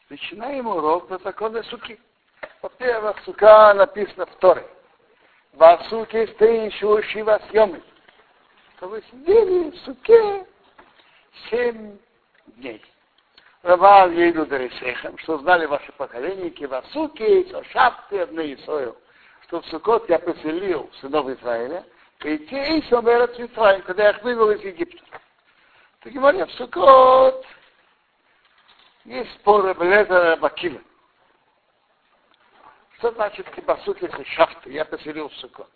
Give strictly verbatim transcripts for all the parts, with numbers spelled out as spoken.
Начинаем урок по закону суки. Во-первых, сука написано в Торе. Во суке стоящие вас съемы. Что вы сидели в суке семь дней. Равал еду дарисехам, что знали ваши поколения, кива суки, шапты, одни сою. Что в Суккот я поселил сынов Израиля, и те и соберут Израиль, когда я их вывел из Египта. Так говоря, в Суккот есть споры Белезера Бакива. Что значит кибасук, если шафты? Я поселил в Суккот.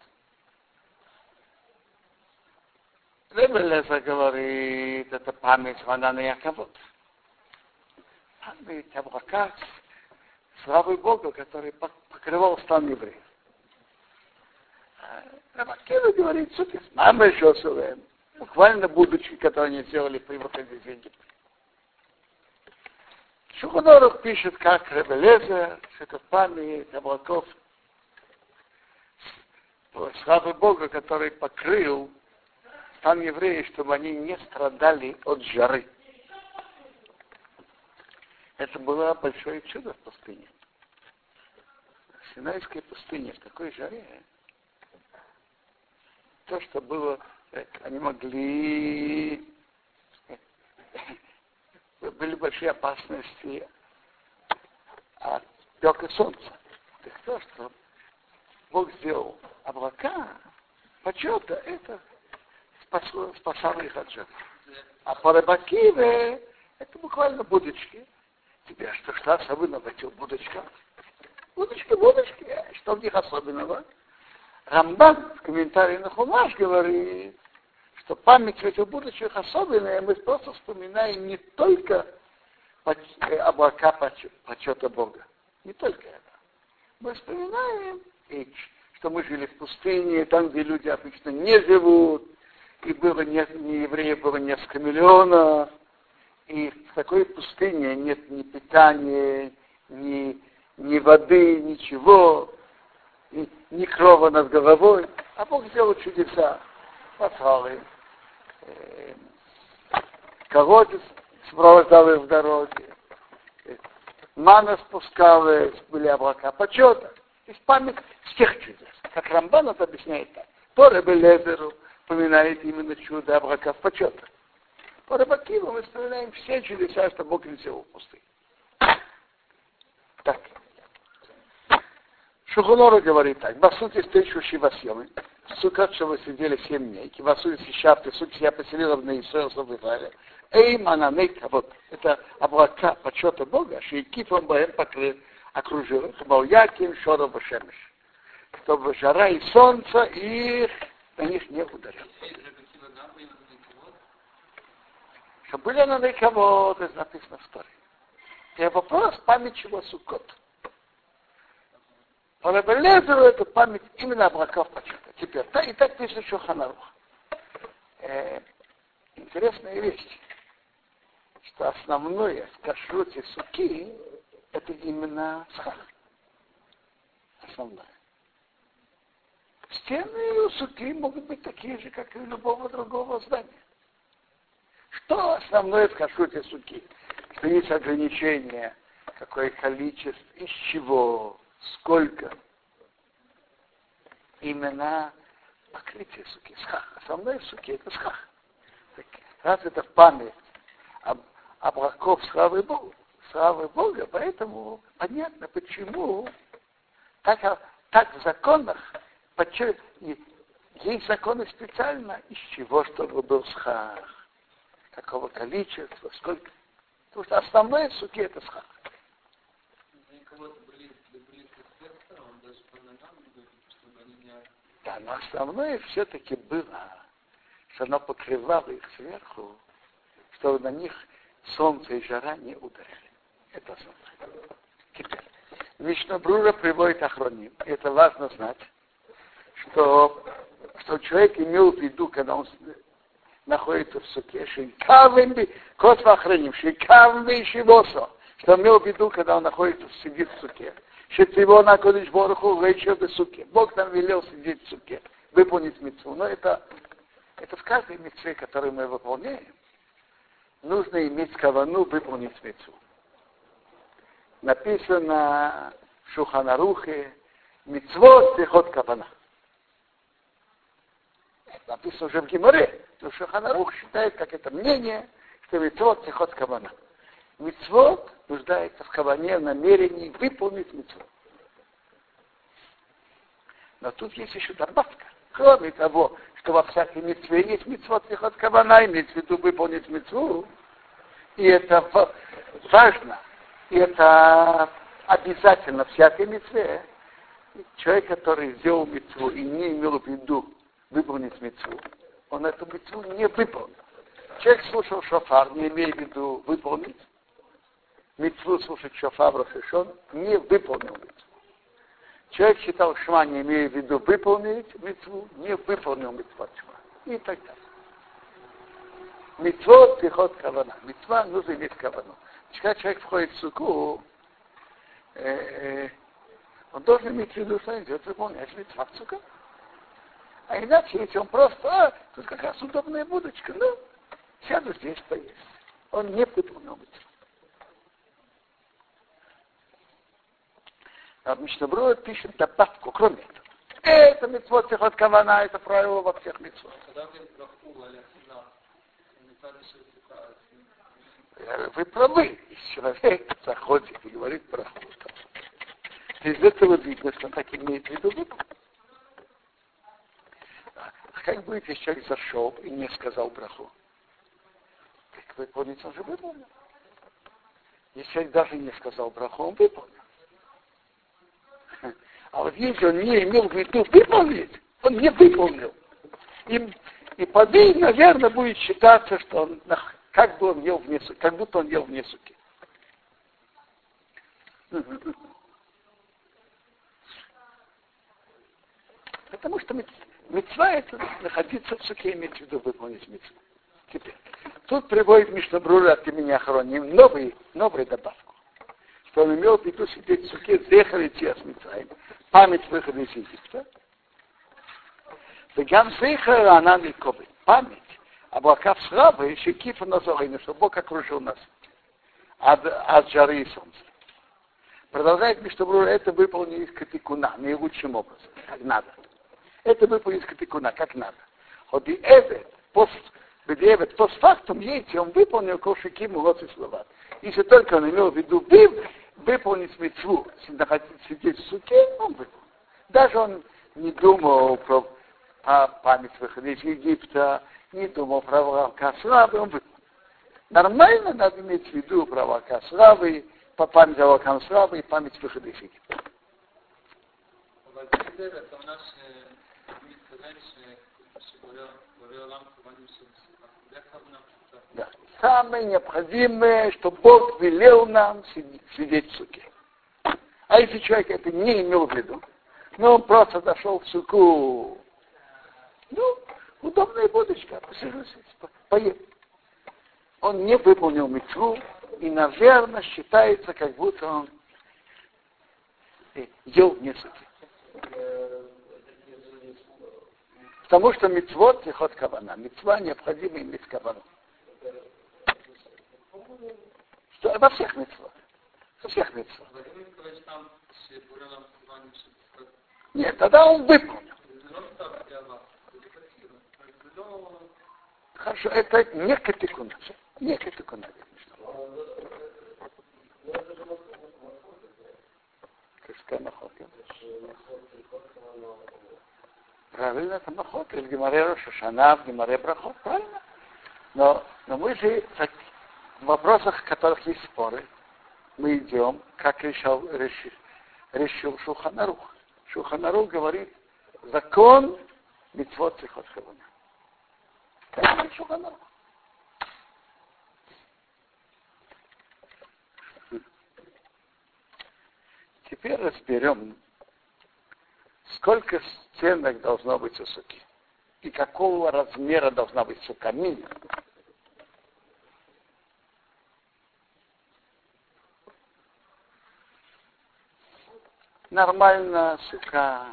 Белезер говорит, это память Ханана и Яковот. Память Аврака, славы Бога, который покрывал стан евреев. Бакива говорит, суки, мама еще сувен. Буквально будучи, которые они сделали при выходе из Египта. Шулхан Арух пишет, как Ребе Лезер, что это память облаков славы Бога, который покрыл стан евреев, чтобы они не страдали от жары. Это было большое чудо в пустыне. В Синайской пустыне, в такой жаре. То, что было, они могли... Были большие опасности от пека солнца. Так то, что Бог сделал облака, почета, это спасло, спасало их от жары. А по Рабакиве это буквально будочки. Тебе что, что особенного в этих будочках? Будочки, будочки, что в них особенного? Рамбан в комментарии на Хумаш говорит, что память в этих будущих особенная, мы просто вспоминаем не только облака почета Бога, не только это. Мы вспоминаем, что мы жили в пустыне, там, где люди обычно не живут, и было не, не евреев было несколько миллионов, и в такой пустыне нет ни питания, ни, ни воды, ничего, ни, ни крова над головой, а Бог сделал чудеса. Послали. Э, колодец сопровождал их в дороге. Э, мана спускалась, были облака почета. То есть память всех чудес. Как Рамбан это объясняет так. По Ребе Лезеру упоминает именно чудо облака почета. По Ребе Акиву мы вспоминаем все чудеса, что Бог сделал в пустыне. Так. Шулхан Арух говорит так. Басути стоящие вас съемы. Сукат, что вы сидели семь дней, кивасуи сишапты, суки, я поселил в Израиле, в Израиле. Эй, мананейка, вот, это облака почета Бога, шейкиф он баем покрыл, окружил их, баляким, шоров башемеш. Чтобы жара и солнце их на них не ударило. Что были на Нейкавод, это написано в Торе. И вопрос, память чего Суккот. По Ребе Лезеру это память именно облаков почета. Теперь, да, и так пишет Шулхан Арух. Э, интересная вещь, что основное в кашруте суки это именно схах. Основное. Стены у суки могут быть такие же, как и у любого другого здания. Что основное в кашруте суки? Что есть ограничение, какое количество, из чего, сколько. Именно покрытие суки, схах. Основное суки это схах. Так, раз это в память об облаков славы Бога, славы Бога, поэтому понятно, почему так, так в законах подчер... есть законы специально, из чего, чтобы был схах, какого количества, сколько. Потому что основное суки это схах. Да, но основное все-таки было, что оно покрывало их сверху, чтобы на них солнце и жара не ударили. Это основное. Теперь, Мишна Брура приводит охроним. Это важно знать, что, что человек имел в виду, когда он находится в суке, шейкавен кот охроним, шейкавен шивосо, что имел в виду, когда он находится, сидит в суке. Шецево на Кодиш Боруху вечер в суке. Бог нам велел сидеть в суке, выполнить мицву. Но это, это в каждой мицве, которую мы выполняем, нужно иметь кавану выполнить мицву. написано в Шулхан Арухе мицвот црихот кавана. Это написано уже в Геморе. То Шулхан Арух считает, как это мнение, что мицвот црихот кавана. Мицвот нуждается в каване, в намерении выполнить мицвот. Но тут есть еще добавка. Кроме того, что во всякой мицве есть мицвот црихот кавана, имеется в виду выполнить мицву, и это важно, и это обязательно всякой мицве. Человек, который сделал мицву и не имел в виду выполнить мицву, он эту мицву не выполнил. Человек слушал шофар, не имея в виду выполнить мицву, слушать шофар, он не выполнил мицву. Человек считал шма, не имея в виду выполнить мицву, не выполнил мицву шма. И так далее. Мицвот црихот кавана. Мицва нужно иметь кавану. Когда человек входит в суку, э, э, он должен иметь в виду, что он идет выполнять мицва в сука. А иначе, если он просто, а, тут как раз удобная будочка, ну, сяду здесь поесть. Он не выполнил мицву. А Мишнабрура пишет добавку, кроме этого. Это мицвот црихот кавана, это правило во всех мицвот. Вы правы, если человек заходит и говорит браху. Из этого видно, что он так имеет в виду выполнить. А как будет, если человек зашел и не сказал браху? Как выполнить, он же выполнил. Если человек даже не сказал браху, он выполнил. А вот если он не имел в виду выполнить, он не выполнил. И, и по ней, наверное, будет считаться, что он, как бы он ел вне суки, как будто он ел вне суки. Потому что мицва это находиться в суке, иметь в виду выполнить мицву. Теперь, тут приводит Мишнабрура от имени Ахроним новый, новую добавку. Что он имел в виду сидеть в суке, зехар и тиас мицраим. Память выхода из Египта. Вегам зехар она микобы. Память облака в срабы, еще кифа на зорейну, что Бог окружил нас от, от жары и солнца. Продолжает Мишнабрура, это выполнено из катикуна, наилучшим образом, как надо. Это выполнено из катикуна, как надо. Вот и это, пост, бедевет, постфактум, яйти, он выполнил кошеким лоци слова. Если только он имел в виду выполнить мицву, сидеть в суке, он выполнил. Даже он не думал про а, память выхода из Египта, не думал про облака славы, он выполнил. Нормально надо иметь в виду про облака славы, по памяти облакам славы и память выхода из Египта. Это у нас да. Самое необходимое, что Бог велел нам сидеть в суке. А если человек это не имел в виду, но он просто дошел в суку, ну, удобная будочка, посижу, поем. Он не выполнил мицву, и, наверное, считается, как будто он ел не суки. Потому что мицвот црихот кавана. Мицва необходимо иметь кавану. Что, во всех мицвах. Во всех мицвах. Нет, тогда он выполнил. Хорошо, это не катикуна. Не катикуна. Какая махотка? Правильно, это махотка. В Гемаре Рош ха-Шана, в Гемаре Брахот, правильно. Но, но мы же в вопросах, в которых есть споры, мы идем, как решил, решил, решил Шулхан Арух. Шулхан Арух говорит, закон мицвот црихот кавана. Это Шулхан Арух. Теперь разберем, сколько стенок должно быть у суки и какого размера должна быть сука минимум. Нормально сука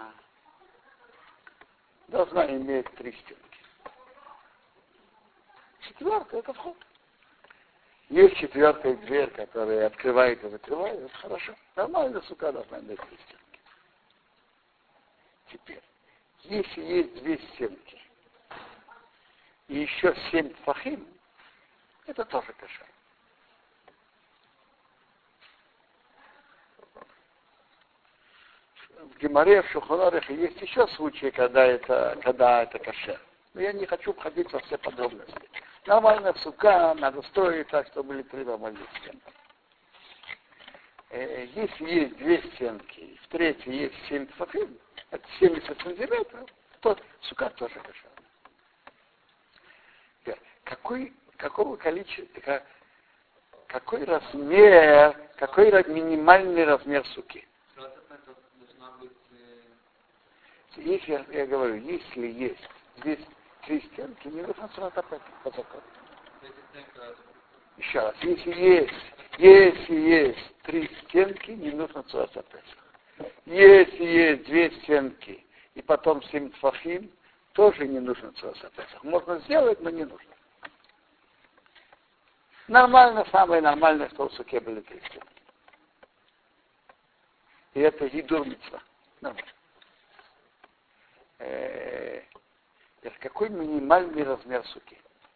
должна иметь три стенки. Четвертый — это вход. Есть четвертая дверь, которая открывает и закрывает, это хорошо. Нормально сука должна иметь две стенки. Теперь, если есть две стенки и еще семь тфахим, это тоже кошер. В Гемаре, в Шулхан Арухе есть еще случаи, когда это, когда это кошер. Но я не хочу входить во все подробности. Нормально сука надо строить так, чтобы были три нормальных стенки. Э, если есть две стенки, в третьей есть семь тфахим, это семьдесят сантиметров, то сука тоже кошер. Какой, какого количества, какой размер, какой минимальный размер суки? Если я, я говорю, если есть здесь три стенки, не нужно сразу по закону. Еще раз, если есть, если есть три стенки, не нужно сразу Песах. Если есть две стенки и потом семь тфахим, тоже не нужно сразу Песах. Можно сделать, но не нужно. Нормально, самое нормальное, что в суке были три стенки. И это гидур мицва. Нормально. Э, какой минимальный размер суки?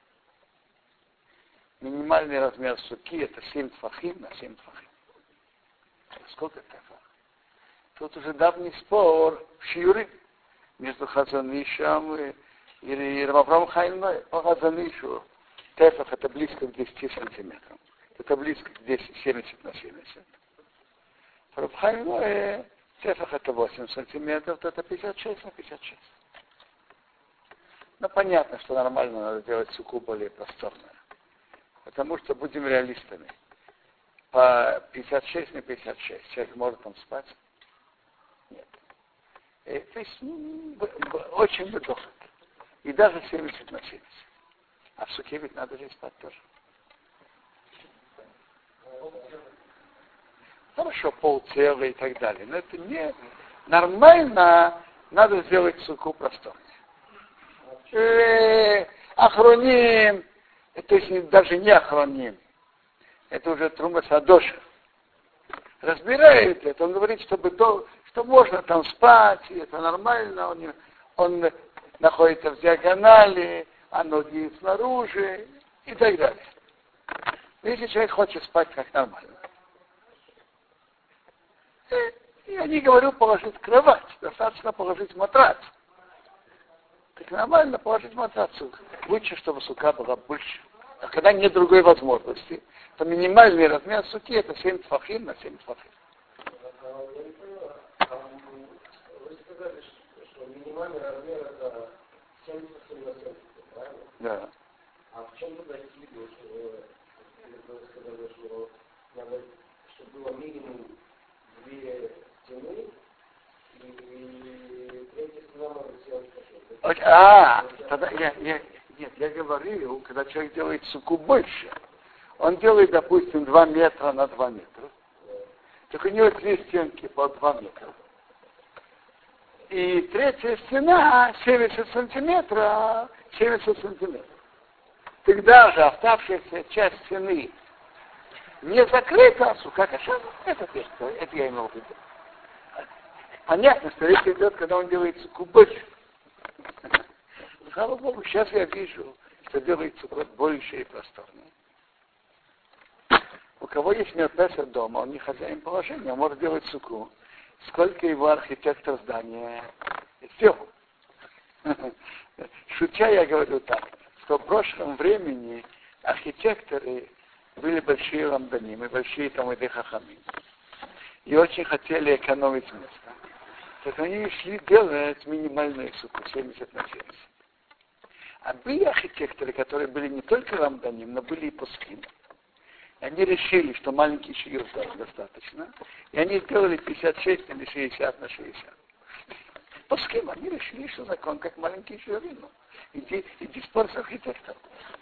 Минимальный размер суки это семь тфахим на семь тфахим. Сколько тефах? Тут уже давний спор в Шиуре между Хазанишем и, и Рававрам Хайной по Хазанишу. Тефах это близко к десяти сантиметрам. Это близко к десяти, семьдесят на семьдесят. Рав Хайной тефах это восемь сантиметров, то это пятьдесят шесть на пятьдесят шесть. Ну, понятно, что нормально надо делать суку более просторную. Потому что, будем реалистами, по пятьдесят шесть на пятьдесят шесть человек может там спать? Нет. И, то есть, ну, очень выдохнет. И даже семьдесят на семьдесят. А в суке ведь надо же спать тоже. Хорошо, полцелый и так далее. Но это не нормально, надо сделать суку просторнее. Э, охроним, то есть даже не охроним, это уже Трума Садоша. Разбирает это, он говорит, чтобы до, что можно там спать, и это нормально, он, он находится в диагонали, а ноги снаружи и так далее. Если человек хочет спать как нормально, я не говорю положить кровать, достаточно положить матрац. Так нормально положить матрац. Лучше, чтобы сука была больше. А когда нет другой возможности, то минимальный размер суки это семь тфахим на семь тфахим. Вы сказали, что минимальный размер это семь тфахим на семь тфахим, правильно? Да. А в чем тогда хитрость, что вы сказали, что надо, чтобы было минимум две стены, и третья стена может сделать кошель. А, тогда я, я, нет, я говорил, когда человек делает суку больше, он делает, допустим, два метра на два метра, так у него три стенки по два метра. И третья стена семьдесят сантиметров, семьдесят сантиметров. Тогда же оставшаяся часть стены не закрыта, сука кошер, это, это, это я имел в виду. Понятно, что речь идет, когда он делает суку больше. Слава Богу, сейчас я вижу, что делает суку больше и просторнее. У кого есть мертвец дома, он не хозяин положения, он может делать суку. Сколько его архитектор здания сделал. Шутя я говорю так, что в прошлом времени архитекторы были большие ламданим и большие тамиды хахамим. И очень хотели экономить место. Так они шли делать минимальную суку, семьдесят на семьдесят. А были архитекторы, которые были не только ламданим, но были и пуским. И они решили, что маленький шиюр достаточно. И они сделали пятьдесят шесть или шестьдесят на шестьдесят. Пуским, они решили, что закон как маленький шиюр. Ну, иди, иди спор с архитектором.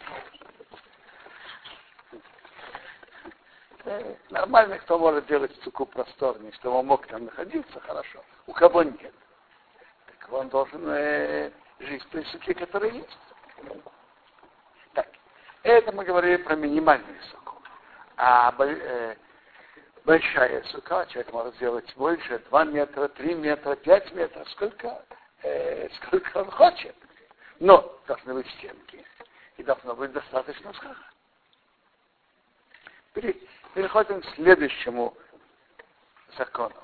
Э, нормально, кто может делать суку просторнее, чтобы он мог там находиться, хорошо. У кого нет, так он должен э, жить в той суке, которая есть. Так, это мы говорили про минимальную суку. А э, большая сука, человек может сделать больше, два метра, три метра, пять метров, сколько, э, сколько он хочет. Но должны быть стенки. И должно быть достаточно схаха. Переходим к следующему закону.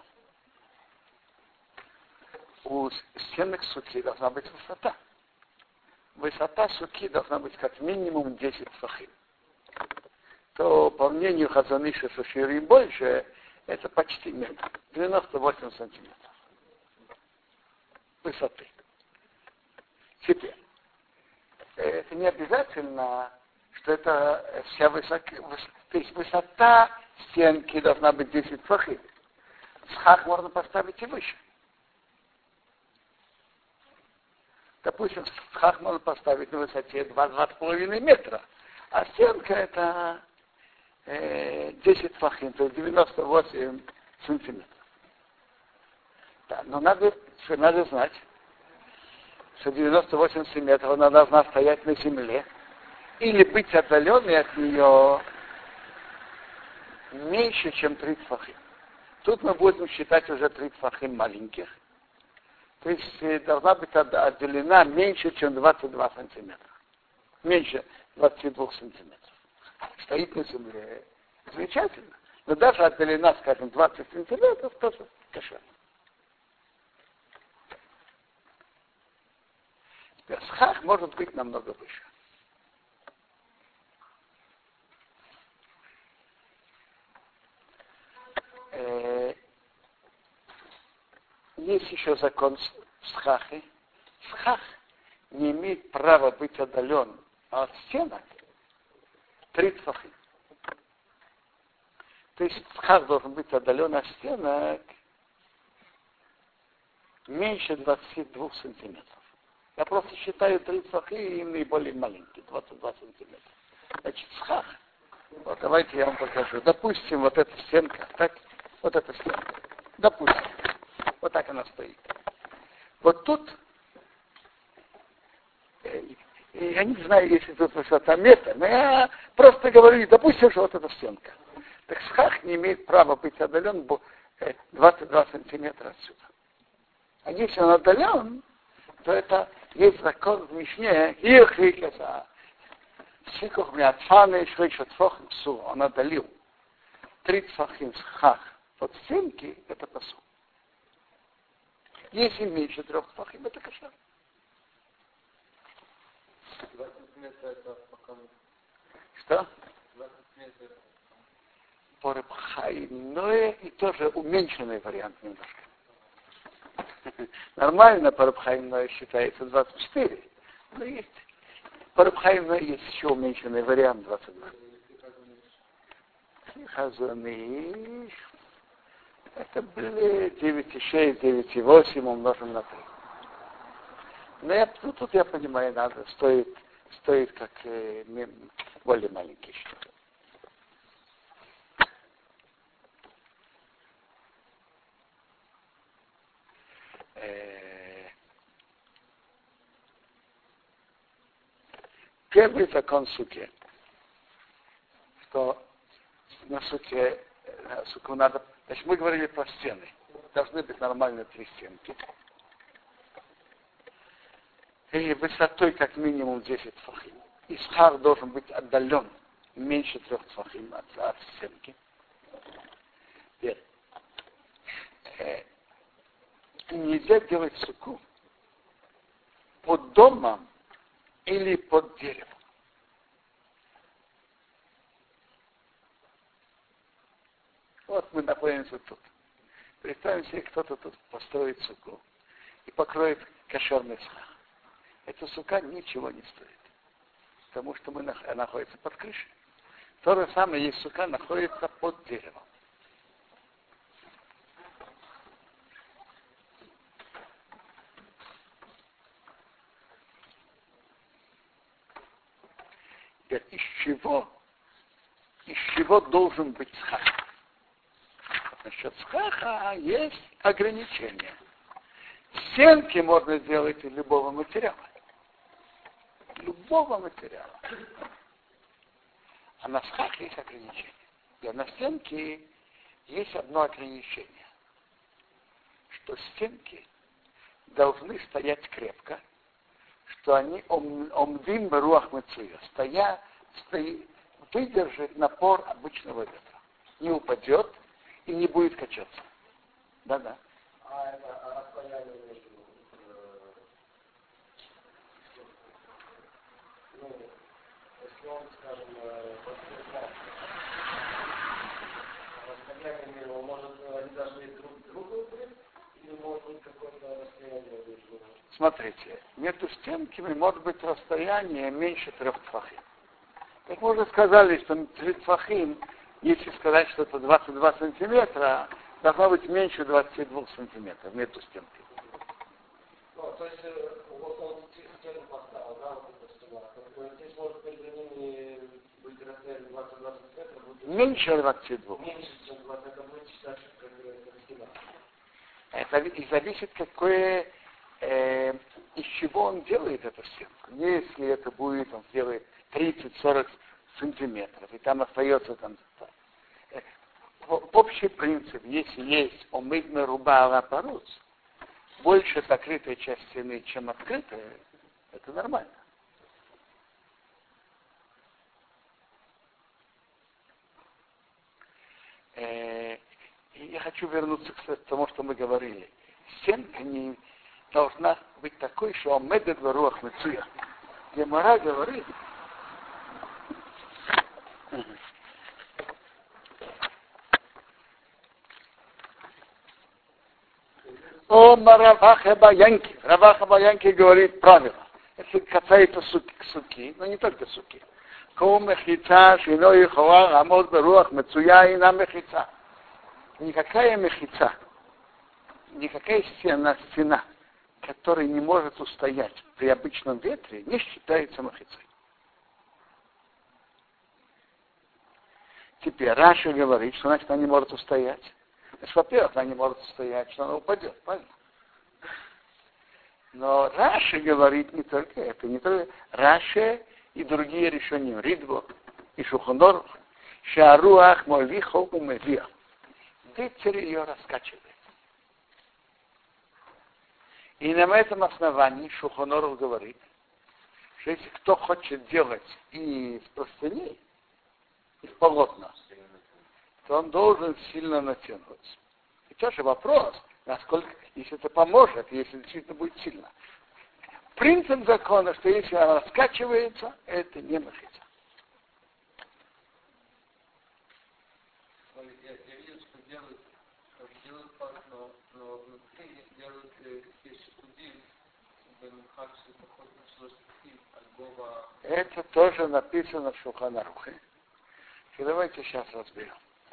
У стенок суки должна быть высота. Высота суки должна быть как минимум десять фахим. То, по мнению Хазаныша Шашири больше, это почти метр. девяносто восемь сантиметров высоты. Теперь, это не обязательно, что это вся высота, то есть высота стенки должна быть десять фахим. Схах можно поставить и выше. Допустим, схах можно поставить на высоте два-два с половиной метра, а стенка это э, десять фахим, то есть девяносто восемь сантиметров. Да, но надо, надо знать, что девяносто восемь сантиметров она должна стоять на земле или быть отдаленной от нее меньше, чем тридцать фахим. Тут мы будем считать уже тридцать фахим маленьких. То есть должна быть отделена меньше, чем двадцать два сантиметра. Меньше двадцати двух сантиметров. Стоит на земле. Замечательно. Но даже отделена, скажем, двадцать сантиметров, тоже кошерно. Схах может быть намного выше. Э, есть еще закон схахи. Схах не имеет права быть отдален от стенок тридцать фахим. То есть схах должен быть отдален от стенок меньше двадцати двух сантиметров. Я просто считаю тридцать фахим наиболее маленький, двадцать два сантиметра. Значит, схах. Вот давайте я вам покажу. Допустим, вот эта стенка, так, вот эта стенка. Допустим, вот так она стоит. Вот тут, э, я не знаю, если тут высота метр, но я просто говорю, допустим, что вот эта стенка. Так схах не имеет права быть отдален двадцать два сантиметра отсюда. А если он отдален, то это есть закон в Мишне, он отдалил тридцать фахим схах от стенки, это пасу. Если меньше трех фахим, это кошер. двадцать метров это пока... Что? двадцать метров. Порыбхайное и тоже уменьшенный вариант немножко. Нормально порыбхайное считается двадцать четыре. Но есть порыбхайное есть еще уменьшенный вариант двадцать два. Хазаныш. Это были девять и шесть, девять и восемь умножим на три. Но я, ну, тут я понимаю, надо, стоит, стоит как э, более маленький счет. Первый закон суки, что на суке, на суку надо, значит, мы говорили про стены, должны быть нормально три стенки. И высотой как минимум десять фахим. И схах должен быть отдален меньше трех фахим от, от стенки. Теперь, э, нельзя делать суку под домом или под деревом. Вот мы находимся тут. Представим себе, кто-то тут построит суку и покроет кошерный схах. Эта сука ничего не стоит, потому что мы находимся под крышей. То же самое, есть сука, находится под деревом. Из чего, из чего должен быть схах? Насчет схаха есть ограничения. Стенки можно сделать из любого материала. Любого материала. А на схах есть ограничения. И на стенке есть одно ограничение, что стенки должны стоять крепко, что они омдим руах мецуя, стоя, стоит, выдержит напор обычного ветра. Не упадет и не будет качаться. Да-да. А это а расстояние между, э, ну, если он, скажем, э, расстояние между, может, они должны друг другу быть, или может быть какое-то расстояние между? Смотрите, между стенками может быть расстояние меньше трех тфахим. Как мы уже сказали, что три тфахим, если сказать, что это двадцать два сантиметра, должно быть меньше двадцати двух сантиметров между стенками. Ну, то есть, вот он стену поставил, да, вот эта стена. Здесь может между ними быть расстояние двадцать два сантиметра. Меньше двадцати двух. Меньше, чем двадцать, это будет считаться как, как стена. Это и зависит, какое, э, из чего он делает эту стенку. Если это будет, он сделает тридцать-сорок сантиметров, и там остается там. Э, общий принцип, если есть омидна руба алапарус, больше закрытая часть стены, чем открытая, это нормально. Э, и я хочу вернуться к тому, что мы говорили. Стенка не должна быть такой, что омедет в руах мецуя. Гемара говорит, о Раваха Баянки. Раваха Баянки говорит правило. Если касается суки, суки, но не только суки. Ком мехица, шино и хова, амод беруах, мецуя и на мехица. Никакая мехица, никакая стена, стена, которая не может устоять при обычном ветре, не считается мехицей. Теперь Раша говорит, что значит она не может устоять. Значит, во-первых, она не может устоять, что она упадет, правильно? Но Раша говорит не только это, не только Раша и другие решения, Ридво и Шухонор, Шаруах Мовихо Умевиа. Ветер ее раскачивает. И на этом основании Шухоноров говорит, что если кто хочет делать из простыней, из полотна, то он должен сильно натянуть. И тоже вопрос, насколько, если это поможет, если действительно будет сильно. Принцип закона, что если она раскачивается, это не махица. Я, я видел, что делают, делают полотно, но внутри делают такие шкуди, чтобы похоже на шлошки, альбова. Это тоже написано в Шулхан Арухе. И давайте сейчас разберем.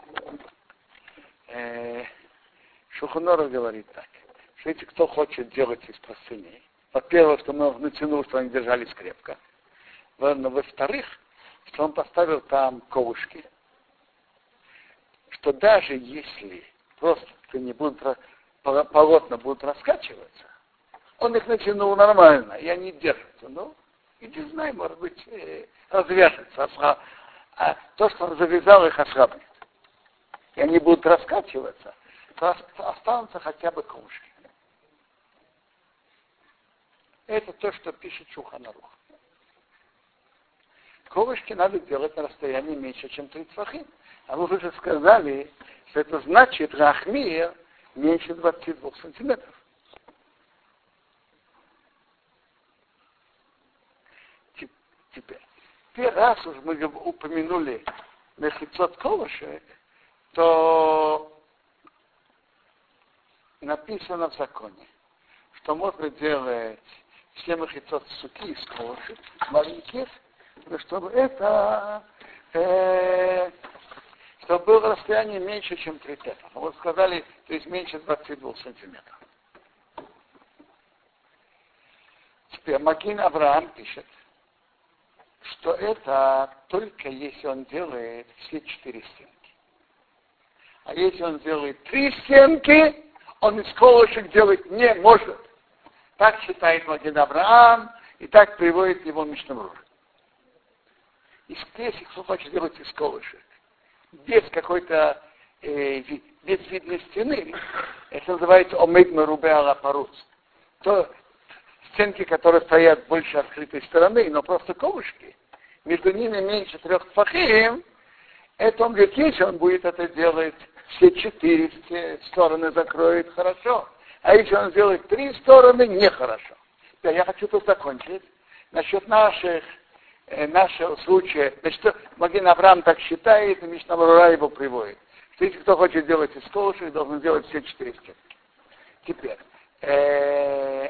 Э, Шулхан Арух говорит так, что если кто хочет делать из простыней, во-первых, что он натянул, что они держались крепко. Во-вторых, что он поставил там ковушки, что даже если просто не будут, полотна будут раскачиваться, он их натянул нормально, и они держатся. Ну, и не знаю, может быть, э, развяжется. А то, что он завязал, их ослабнет. И они будут раскачиваться, то останутся хотя бы ковушки. Это то, что пишет Шулхан Арух. Ковышки надо делать на расстоянии меньше, чем три тфахим. А вы уже сказали, что это значит рахмир меньше двадцати двух сантиметров. Теперь, первый раз уж мы упомянули мехицот ковышек, то написано в законе, что можно делать все мехицот суки из ковышек, маленьких, но чтобы это э, чтобы было расстояние меньше, чем три тета. Вот сказали, то есть меньше двадцати двух сантиметров. Теперь Маген Авраам пишет, что это только если он делает все четыре стенки. А если он делает три стенки, он из колышек делать не может. Так считает Маген Авраам, и так приводит его Мишна Брура. Если кто хочет делать из колышек без какой-то э, без видной стены, это называется омейд мерубе ала паруц. То стенки, которые стоят больше открытой стороны, но просто ковышки, между ними меньше трех тфахим, это он говорит, если он будет это делать, все четыре стороны закроет, хорошо. А если он сделает три стороны, нехорошо. Да, я хочу тут закончить. Насчет наших, э, нашего случая, значит, Маген Авраам так считает, и Мишна Брура его приводит. Что если кто хочет делать из ковышек, должен сделать все четыре стенки. Теперь, э,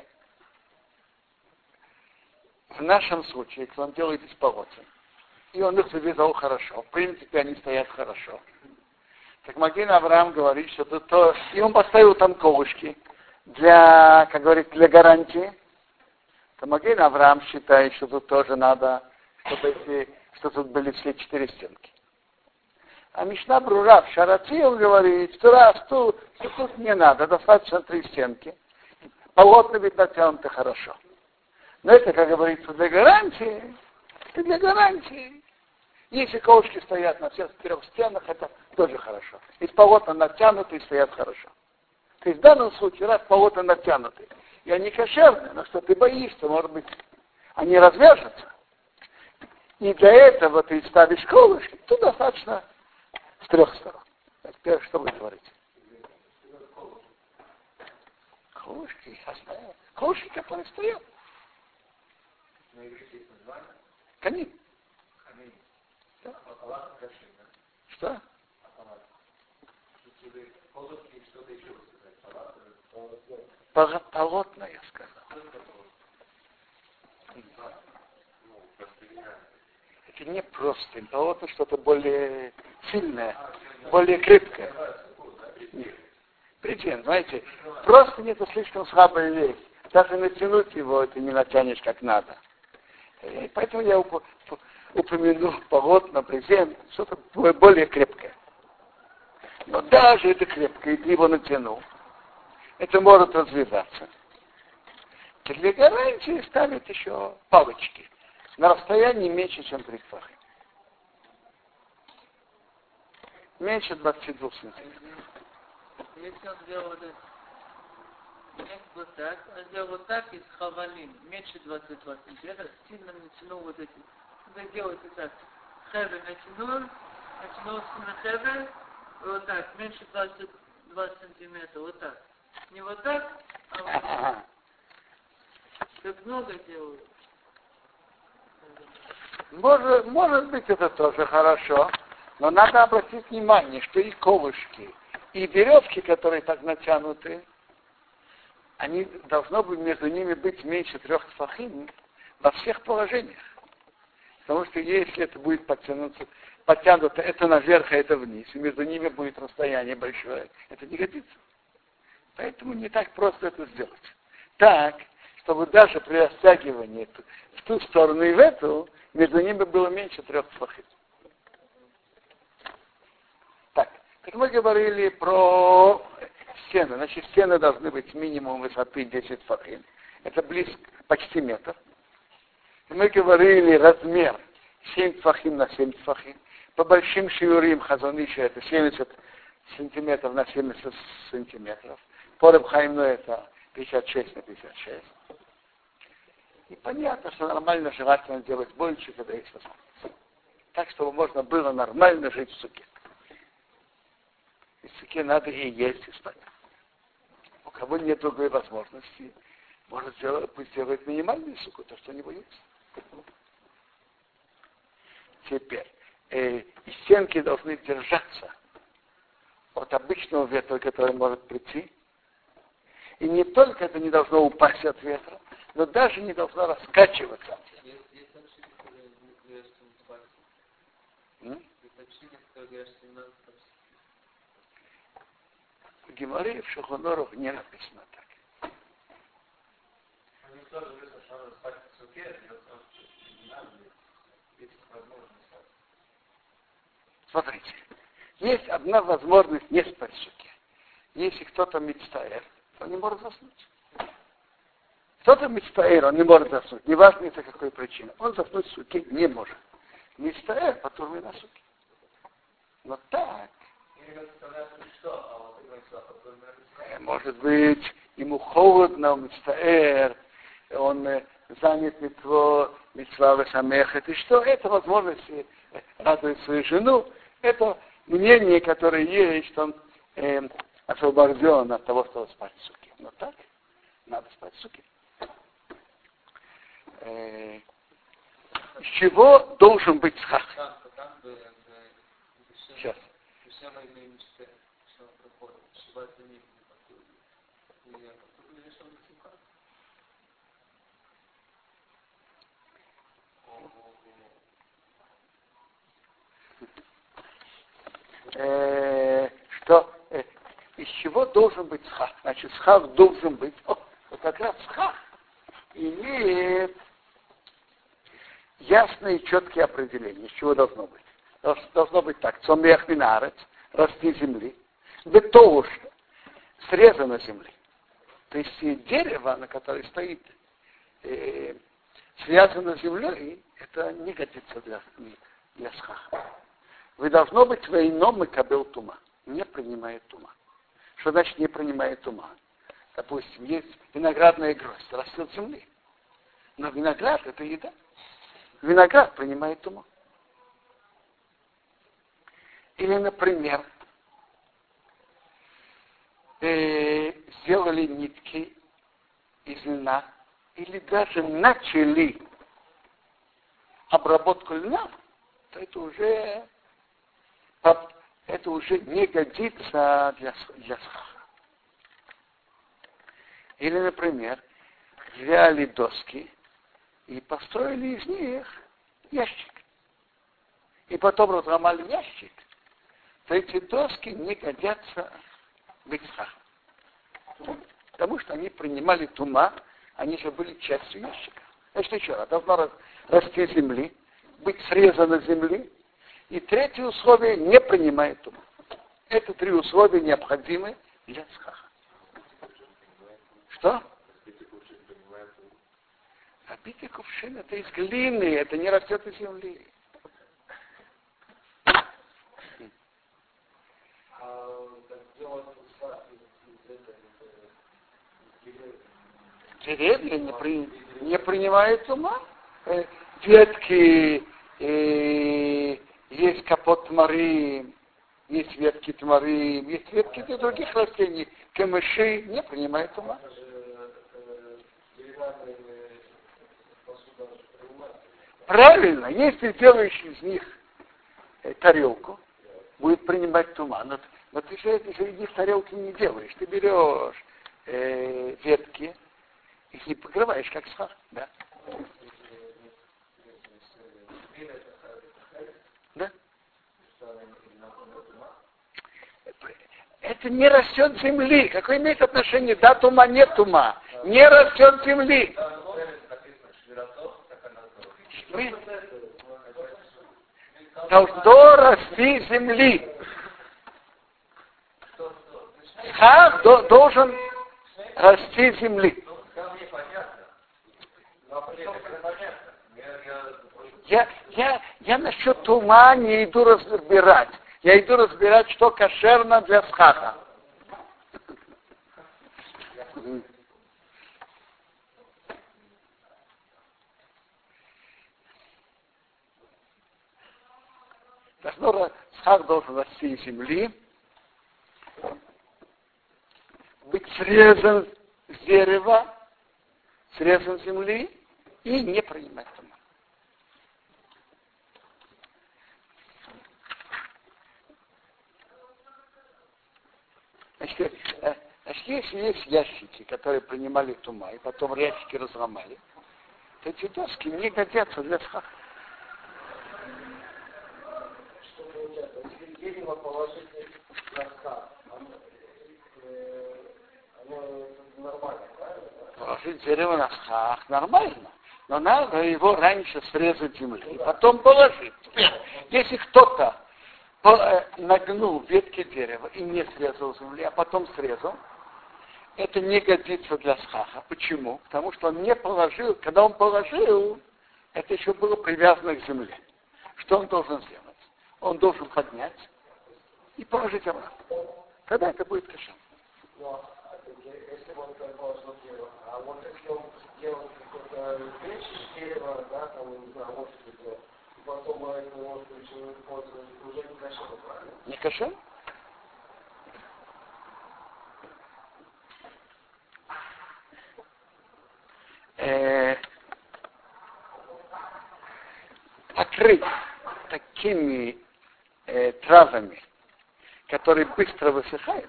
в нашем случае, если он делает из полотен, и он их завязал хорошо, в принципе, они стоят хорошо. Так Маген Авраам говорит, что это то, и он поставил там ковышки для, как говорит, для гарантии. То Маген Авраам считает, что тут тоже надо, чтобы эти, что тут были все четыре стенки. А Мишна Брура в Шараци он говорит, что раз тут, что тут не надо, достаточно три стенки. Полотна ведь натянуты хорошо. Но это, как говорится, для гарантии, и для гарантии. Если ковышки стоят на всех трех стенах, это тоже хорошо. Если полотна натянуты и стоят хорошо. То есть в данном случае, раз полотна натянуты, и они кошерные, но что ты боишься, может быть, они развяжутся. И для этого ты ставишь ковышки, то достаточно с трех сторон. Теперь что вы говорите? Ковышки, ковышки, которые стоят. Камин. Да. Что? Полотна, я сказал. Это не просто. Полотна что-то более сильное, более крепкое. Нет. Причем, знаете, просто нет, это слишком слабая вещь. Даже натянуть его, ты не натянешь как надо. И поэтому я уп- упомянул полотна, презент, что-то более крепкое. Но даже это крепкое, и ты его натянул, это может развязаться. И для гарантии ставят еще палочки на расстоянии меньше, чем три тфаха. Меньше двадцати двух сантиметров. Если он сделал вот это, вот так, он сделал вот так из хавалин, меньше двадцати двух сантиметров, сильно натянул вот эти. Надо делать вот так. Хевер натянул, натянул сильно хевер, вот так, меньше двадцати двух сантиметров, вот так. Не вот так, а вот так. Так много делают. Может, может быть, это тоже хорошо, но надо обратить внимание, что и ковышки, и веревки, которые так натянуты, они должно быть между ними быть меньше трех тфахим во всех положениях. Потому что если это будет подтянуться, подтянуто это наверх, а это вниз, и между ними будет расстояние большое, это не годится. Поэтому не так просто это сделать. Так, чтобы даже при растягивании в ту сторону и в эту, между ними было меньше трех тфахим. Так, как мы говорили про стены, значит, стены должны быть минимум высоты десять тфахим. Это близко, почти метр. И мы говорили размер семь тфахим на семь тфахим. По большим шиурим хазониша это семьдесят сантиметров на семьдесят сантиметров. По Реб Хаиму это пятьдесят шесть на пятьдесят шесть. И понятно, что нормально желательно делать больше, когда есть возможность. Так, чтобы можно было нормально жить в суке. И в суке надо и есть, и спать. У кого нет другой возможности, может сделать, пусть делает минимальную суку, то, что у него есть. Теперь, э, и стенки должны держаться от обычного ветра, который может прийти. И не только это не должно упасть от ветра, но даже не должно раскачиваться. В Гемаре в Шухон-Арух не написано так. Смотрите, есть одна возможность не спать в суке. Если кто-то мечтает, он не может заснуть. Кто-то мечтает, он не может заснуть. Неважно, из-за какой причины. Он заснуть в суке не может. Мечтает, потом и на суке. Но так, может быть, ему холодно, он мечтаэр, он занят митцво, митцва вешамехет, и что это возможность радовать свою жену, это мнение, которое есть, что он э, освобожден от того, что спать в суке. Но так, надо спать в суке. Э, из чего должен быть схах? Сейчас. Э, что э, из чего должен быть схах? Значит, схах должен быть. О, вот как раз схах имеет ясное и четкие определения, из чего должно быть. Должно быть так: цомех минарец, расти земли, бетоуш, срезано земли. То есть дерево, на которое стоит, э, связано с землей, это не годится для, для схаха. Вы должно быть войном и кабел тума. Не принимает тума. Что значит не принимает тума? Допустим, есть виноградная гроздь, растет с земли. Но виноград это еда. Виноград принимает туму. Или, например, э, сделали нитки из льна, или даже начали обработку льна, то это уже, это уже не годится для, для схаха. Или, например, взяли доски и построили из них ящик. И потом разломали ящик, то эти доски не годятся быть схахом. Потому что они принимали тума, они же были частью ящика. Значит, еще раз, должно расти земли, быть срезано земли. И третье условие не принимает тума. Это три условия необходимы для схаха. Что? А битый кувшин это из глины, это не растет из земли. Деревья не, при, не принимают ума. Э, ветки, э, есть капот тмары, есть ветки тмары, есть ветки для других растений. Камыши не принимают ума. Правильно, если делаешь из них э, тарелку, будет принимать туман. Но, но ты же это из них тарелки не делаешь. Ты берешь э, ветки, их не покрываешь, как схах, да? Да? Это не растет земли. Какое имеет отношение? Да, тума, нет тума. Не растет земли. Должно расти земли. Схах должен расти земли. Я, я, я насчет тума не иду разбирать. Я иду разбирать, что кошерно для схаха. Должно, схах должен расти из земли, быть срезан с дерева, срезан с земли и не принимать тума. Значит, значит, если есть ящики, которые принимали тума, и потом ящики разломали, то эти доски не годятся для схаха. Дерево положить на схах, оно нормально, правильно? Положить дерево на схах нормально, но надо его раньше срезать земли, и потом положить. Если кто-то нагнул ветки дерева и не срезал земли, а потом срезал, это не годится для схаха. Почему? Потому что он не положил, когда он положил, это еще было привязано к земле. Что он должен сделать? Он должен поднять и положить обратно. Тогда это будет кошер. Но если вот положил дерево, а вот если он делал какой-то вещь из дерева, да, там, не знаю, вот что-то, и потом мы это может человек пользоваться, уже не кошер, правильно? Не кошер? Э, покрыть такими э, травами, которые быстро высыхают,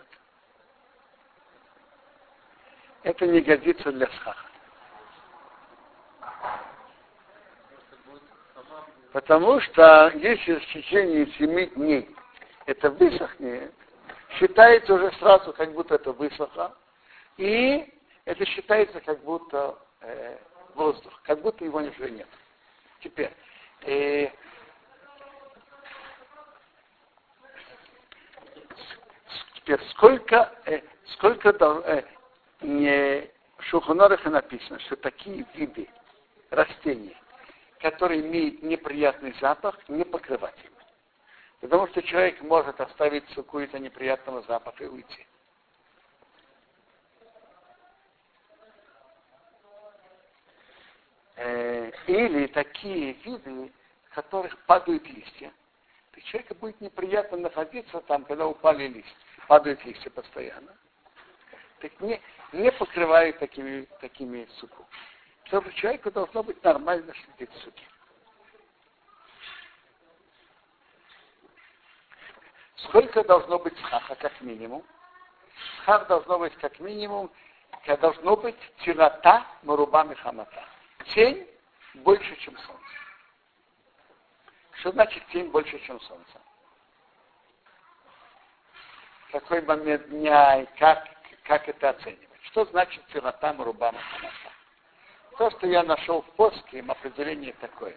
это не годится для схаха. Потому что если в течение семи дней это высохнет, считается уже сразу, как будто это высохло, и это считается как будто э, воздух, как будто его уже нет. Теперь, э, теперь сколько, э, сколько э, не, в Шулхан Арухе написано, что такие виды растений, которые имеют неприятный запах, не покрывать им. Потому что человек может оставить какой-то неприятного запаха и уйти. Э, или такие виды, в которых падают листья. И человеку будет неприятно находиться там, когда упали листья. Падают листья постоянно. Так не, не покрывают такими, такими суку. Потому что человеку должно быть нормально следить суки. Сколько должно быть схаха, как минимум? Схах должно быть как минимум, должно быть тирата марубами хамата. Тень больше, чем солнце. Что значит тень больше, чем солнце? Какой момент дня и как, как это оценивать? Что значит тирата марубами хамата? То, что я нашел в поске, определение такое,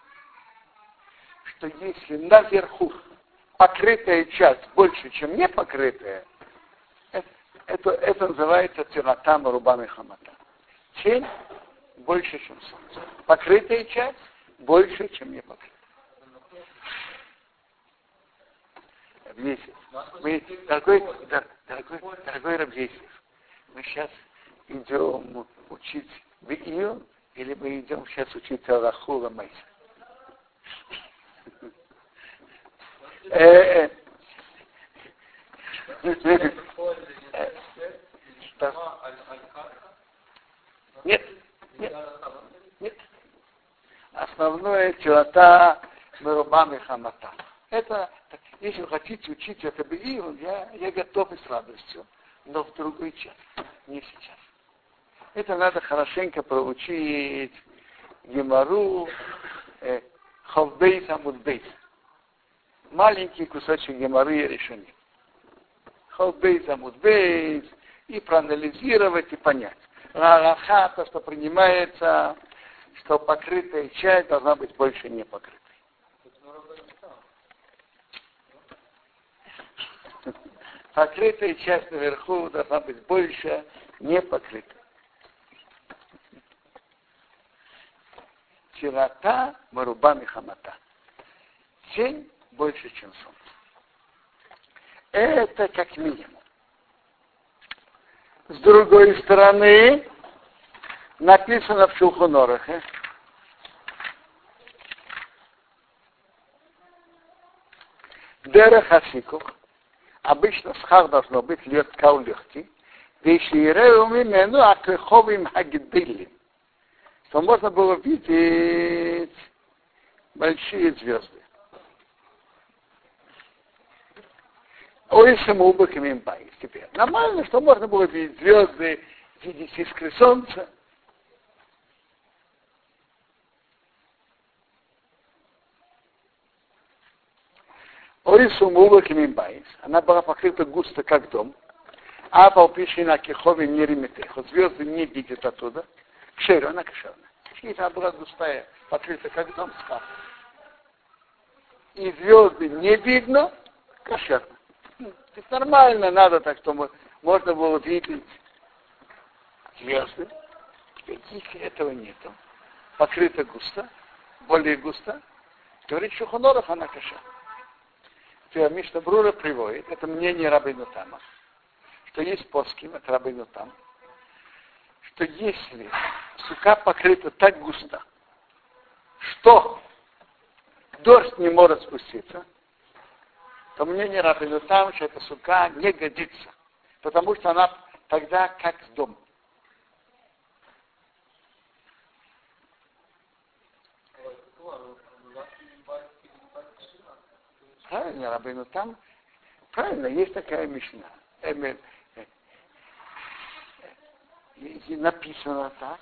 что если наверху покрытая часть больше, чем не покрытая, это, это, это называется тирата марубами хамата. Тень больше, чем солнце. Покрытая часть больше, чем не покрытая. Месяц. Мы, дорогой, дорогой, дорогой Рабьесев, мы сейчас идем учить в июнь, или мы идем сейчас учить Аллаху Ламайса? Нет, нет, нет. Основное тилата мерубами хамата. Это, если вы хотите учить это беион, я, я готов и с радостью, но в другой час, не сейчас. Это надо хорошенько проучить гемару, э, ховбейс амудбейс. Маленький кусочек гемары и решения. Ховбейс амудбейс, и проанализировать, и понять. Раха, то, что принимается, что покрытая часть должна быть больше не покрытой. Покрытая часть наверху должна быть больше не покрытой. Тирата марубами хамата. Тень больше, чем солнце. Это как минимум. С другой стороны, написано в Шулхан Арухе, дерех асикух, обычно схах должно быть лед кау легкий, вещиреу мимену акреховим хагидилим, что можно было видеть большие звезды. Ой, самоубаками импайс. Теперь нормально, что можно было видеть звезды, видеть искры солнца. Ой, самоубаками импайс. Она была покрыта густо, как дом. А по на кехове не ремитехо. Звезды не видят оттуда. Кшеру, она кошерная. Если она была густая, покрыта, как дом, скаф. И звезды не видно, кошерно. Это нормально, надо так, чтобы можно было видеть звезды. Теперь, если этого нету, покрыто густо, более густо, говорит, что Шулхан Арух она кошерна. Мишна Брура приводит, это мнение Рабейну Тама, что есть поским, это Рабейну Там, что если сука покрыта так густо, что дождь не может спуститься, то мнение Рабейну Там, что эта сука не годится, потому что она тогда как дом. Правильно, Рабейну Там, правильно, есть такая мишна. Э, э, э, написано так.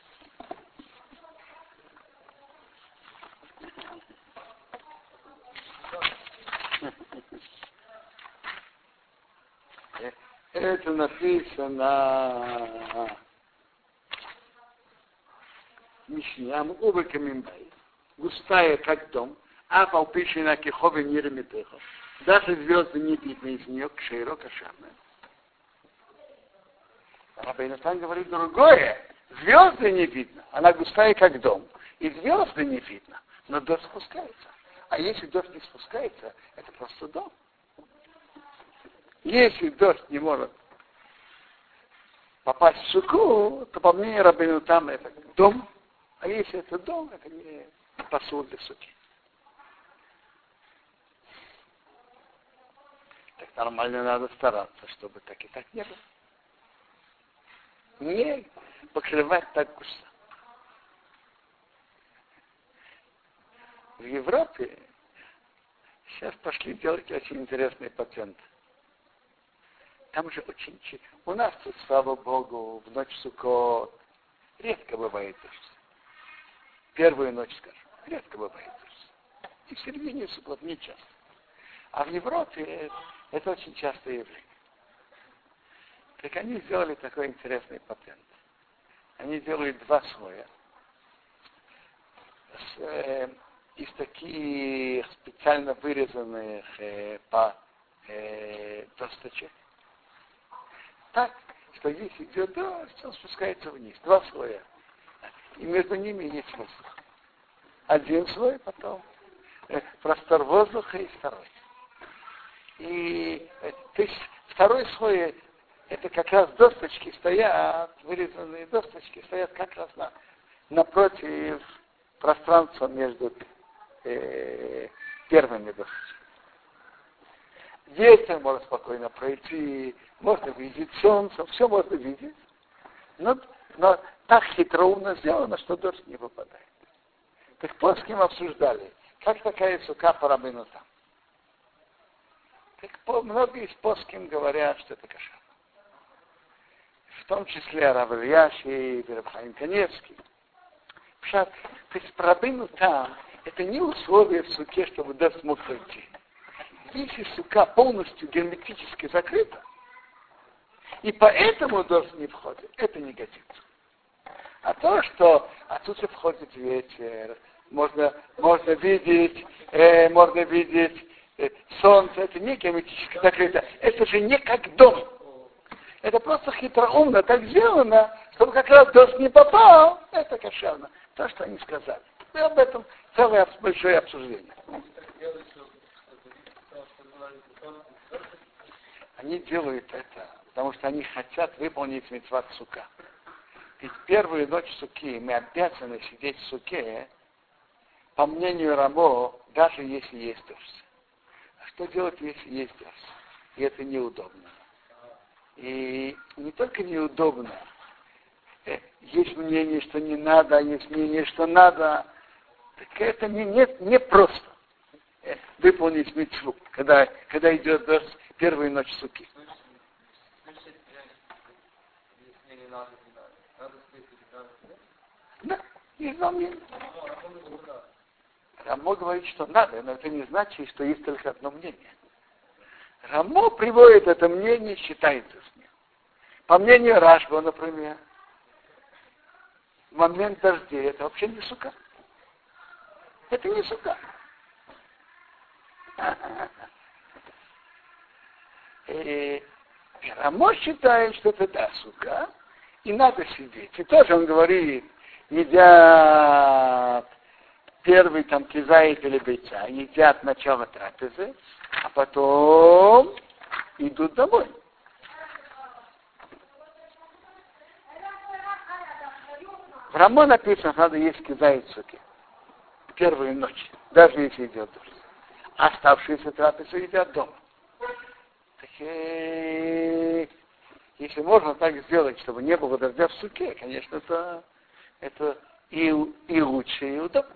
Это написано Мишням Уба Камимбай. Густая, как дом, а полпищена кихове мирамитеха. Даже звезды не видно из нее, кшейро кошерное. Рабейну Там говорит другое. Звезды не видно. Она густая, как дом. И звезды не видно. Но дождь спускается. А если дождь не спускается, это просто дом. Если дождь не может попасть в суку, то по мнению Рабейну Там это дом. А если это дом, это не посуд для суки. Так нормально надо стараться, чтобы так и так не было. Не покрывать так густо. В Европе сейчас пошли делать очень интересные патенты. Там же очень... У нас тут, слава Богу, в ночь Суккот редко бывает дождь. Первую ночь, скажем, редко бывает дождь. И в середине Суккот не часто. А в Европе это очень частое явление. Так они сделали такой интересный патент. Они делают два слоя с, э, из таких специально вырезанных э, по э, досточек. Так, что если идет дождь, он спускается вниз. Два слоя. И между ними есть воздух. Один слой, потом э, простор воздуха и второй. И э, то есть второй слой, это как раз досточки стоят, вырезанные досточки стоят как раз на, напротив пространства между э, первыми досточками. Ветер может спокойно пройти, можно видеть солнце, все можно видеть, но, но так хитроумно сделано, что дождь не выпадает. Так плоским обсуждали, как такая сука по Рабейну Там. Так многие из плоским говорят, что это кошер. В том числе Рав Ильяши и Рав Хаим Каневский. То есть по Рабейну Там это не условие в суке, чтобы дождь мог пройти. Если сука полностью герметически закрыта, и поэтому дождь не входит, это не годится. А то, что отсюда входит ветер, можно, можно видеть, э, можно видеть э, солнце, это не герметически закрыто, это же не как дом. Это просто хитроумно так сделано, чтобы как раз дождь не попал, это кошерно. То, что они сказали. И об этом целое большое обсуждение. Они делают это, потому что они хотят выполнить мицват сука. Ведь первую ночь суки мы обязаны сидеть в суке, по мнению Рамо, даже если есть дождь. А что делать, если есть дождь? И это неудобно. И не только неудобно, есть мнение, что не надо, а есть мнение, что надо. Так это не, не, не просто выполнить мицву, когда, когда идет дождь первую ночь суки. Да, есть два мнения. Рамо говорит, что надо, но это не значит, что есть только одно мнение. Рамо приводит это мнение, считается с ним. По мнению Рашба, например, в момент дождей это вообще не сука. Это не сука. И Рамо считает, что это да, сука, и надо сидеть. И тоже он говорит, едят первый там кизает или бейца, едят начало трапезы, а потом идут домой. В Рамо написано, надо есть кизает суки. Первую ночь, даже если идет дождь. А оставшиеся трапезы едят дома. Так, э, если можно так сделать, чтобы не было дождя в суке, конечно, это, это и, и лучше, и удобно.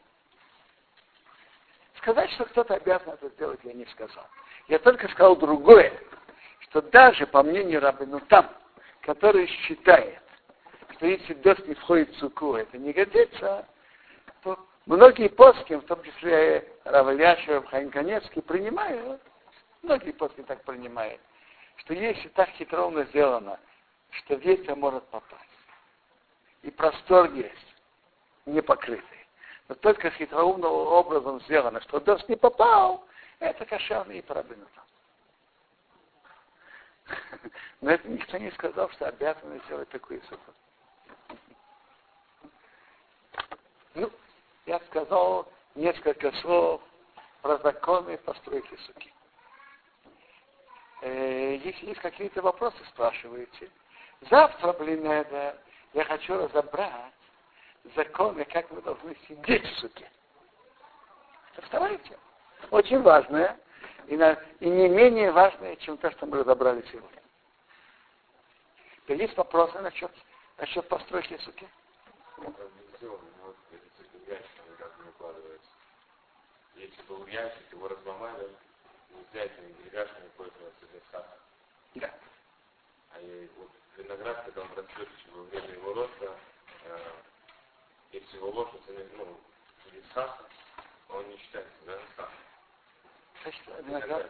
Сказать, что кто-то обязан это сделать, я не сказал. Я только сказал другое, что даже по мнению Рабейну Там, который считает, что если дождь не входит в суку, это не годится, то многие поски, в том числе Рав Ильяшев, Хаим Каневский, принимают, многие поски так принимают, что если так хитроумно сделано, что ветер может попасть, и простор есть, не покрытый, но только хитроумным образом сделано, что дождь не попал, это кошерный и парабенный. Но это никто не сказал, что обязаны сделать такую суку. Ну, я сказал несколько слов про законы постройки суки. Э, если есть какие-то вопросы, спрашивайте. Завтра, блин, это, я хочу разобрать законы, как мы должны сидеть в суке. Представляете? Очень важное и, на, и не менее важное, чем то, что мы разобрали сегодня. Есть вопросы насчет, насчет постройки суки? Если был ящик, его разломали, взять деревяшками пользоваться для сахара. Да. А и, вот, виноград, когда он растет во время его роста, э, если его ложится, ну, или сахар, он не считается, да, сахар. Значит, виноград?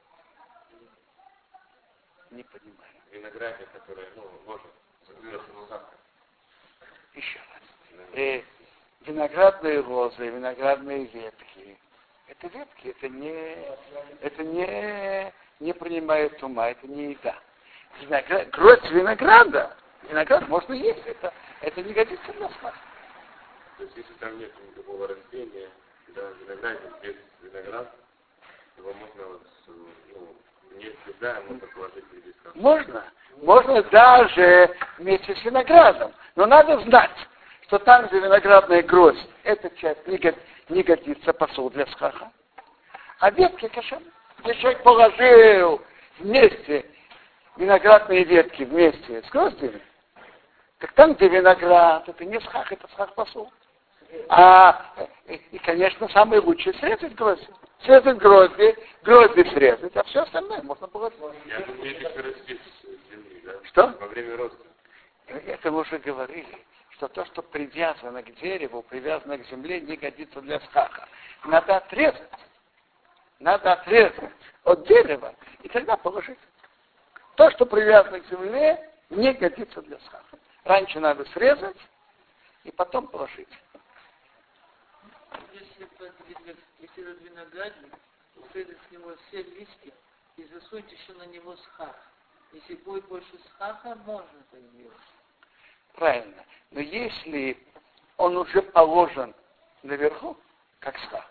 Не понимаю. Виноградник, который, ну, ложит, загружается сахар. Еще раз. Э, виноградные лозы, виноградные ветки. Это ветки, это не, это не, не принимает ума, это не еда. Виноград, гроздь винограда, виноград можно есть, это, это не годится для сна. То есть, если там нет никакого растения, да, виноградник без виноград, его можно, вот, ну, не съедая, можно положить в листок. Можно, можно даже вместе с виноградом, но надо знать, что там, где виноградная гроздь, эта часть не, год, не годится посол для схаха. А ветки кошер. Если человек положил вместе виноградные ветки вместе с гроздями, так там, где виноград, это не схах, это схах посол. А, и, и, конечно, самое лучшее срезать грозди. Срезать грозди, грозди срезать, а все остальное можно положить. Я думаю, это растет с земли, да? Что? Во время роста. Это мы уже говорили, что то, что привязано к дереву, привязано к земле, не годится для схаха. Надо отрезать. Надо отрезать от дерева и тогда положить. То, что привязано к земле, не годится для схаха. Раньше надо срезать и потом положить. Если, если этот виноградник, срезать с него все листья и засунуть еще на него схах. Если будет больше схаха, можно это сделать. Правильно. Но если он уже положен наверху, как схах,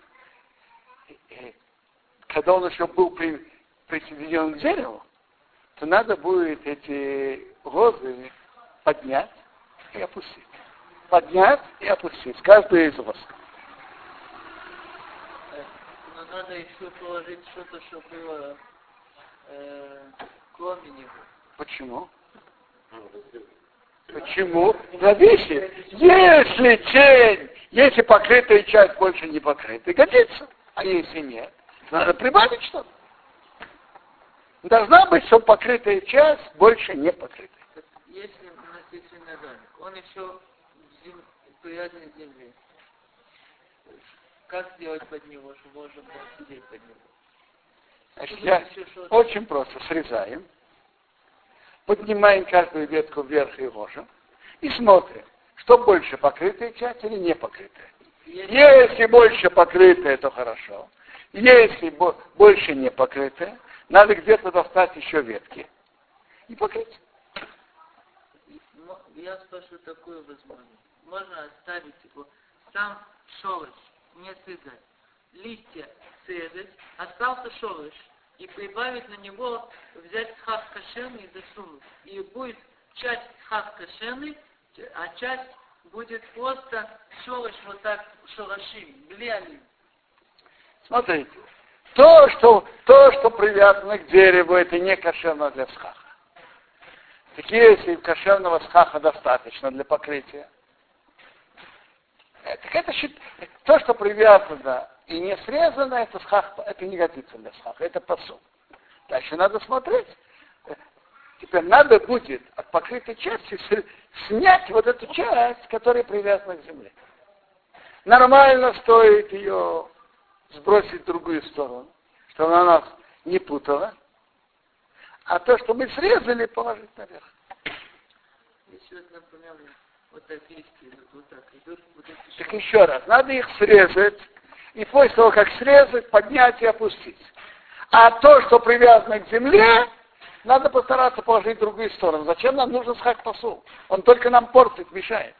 когда он еще был при, присоединен к дереву, то надо будет эти лозы поднять и опустить. Поднять и опустить. Каждую из лоз. Но надо еще положить что-то, что было э, кроме него. Почему? Почему? Зависит. Если тень, если покрытая часть больше не покрыта, годится. А если нет, надо прибавить что-то. Должна быть, чтобы покрытая часть больше не покрыта. Если у нас есть виноградник, он еще зем... привязан к земле. Как сделать под него, чтобы можно было сидеть под него? Значит, я... Очень просто. Срезаем. Поднимаем каждую ветку вверх и ложим. И смотрим, что больше, покрытая часть или не покрытая. Если, Если больше покрытая, то хорошо. Если бо- больше не покрытая, надо где-то достать еще ветки и покрыть. Я спрашиваю такую возможность. Можно оставить его сам шорыш, не срезать. Листья срезать, остался шорыш. И прибавить на него, взять схах кошерный и засунуть. И будет часть схах кошерный, а часть будет просто шорыш вот так, шорашим, блиалим. Смотрите, то что, то, что привязано к дереву, это не кошерно для схаха. Так если кошерного схаха достаточно для покрытия, так это то, что привязано и не срезано, это схах, это не годится для схаха, это посуд. Дальше надо смотреть. Теперь надо будет от покрытой части снять вот эту часть, которая привязана к земле. Нормально стоит ее сбросить в другую сторону, чтобы она нас не путала. А то, что мы срезали, положить наверх. Если вот, например, вот так листья идут, вот так идут, вот эти... Так еще раз, надо их срезать, и после того, как срезать, поднять и опустить. А то, что привязано к земле, надо постараться положить в другую сторону. Зачем нам нужен схах посул? Он только нам портит, мешает.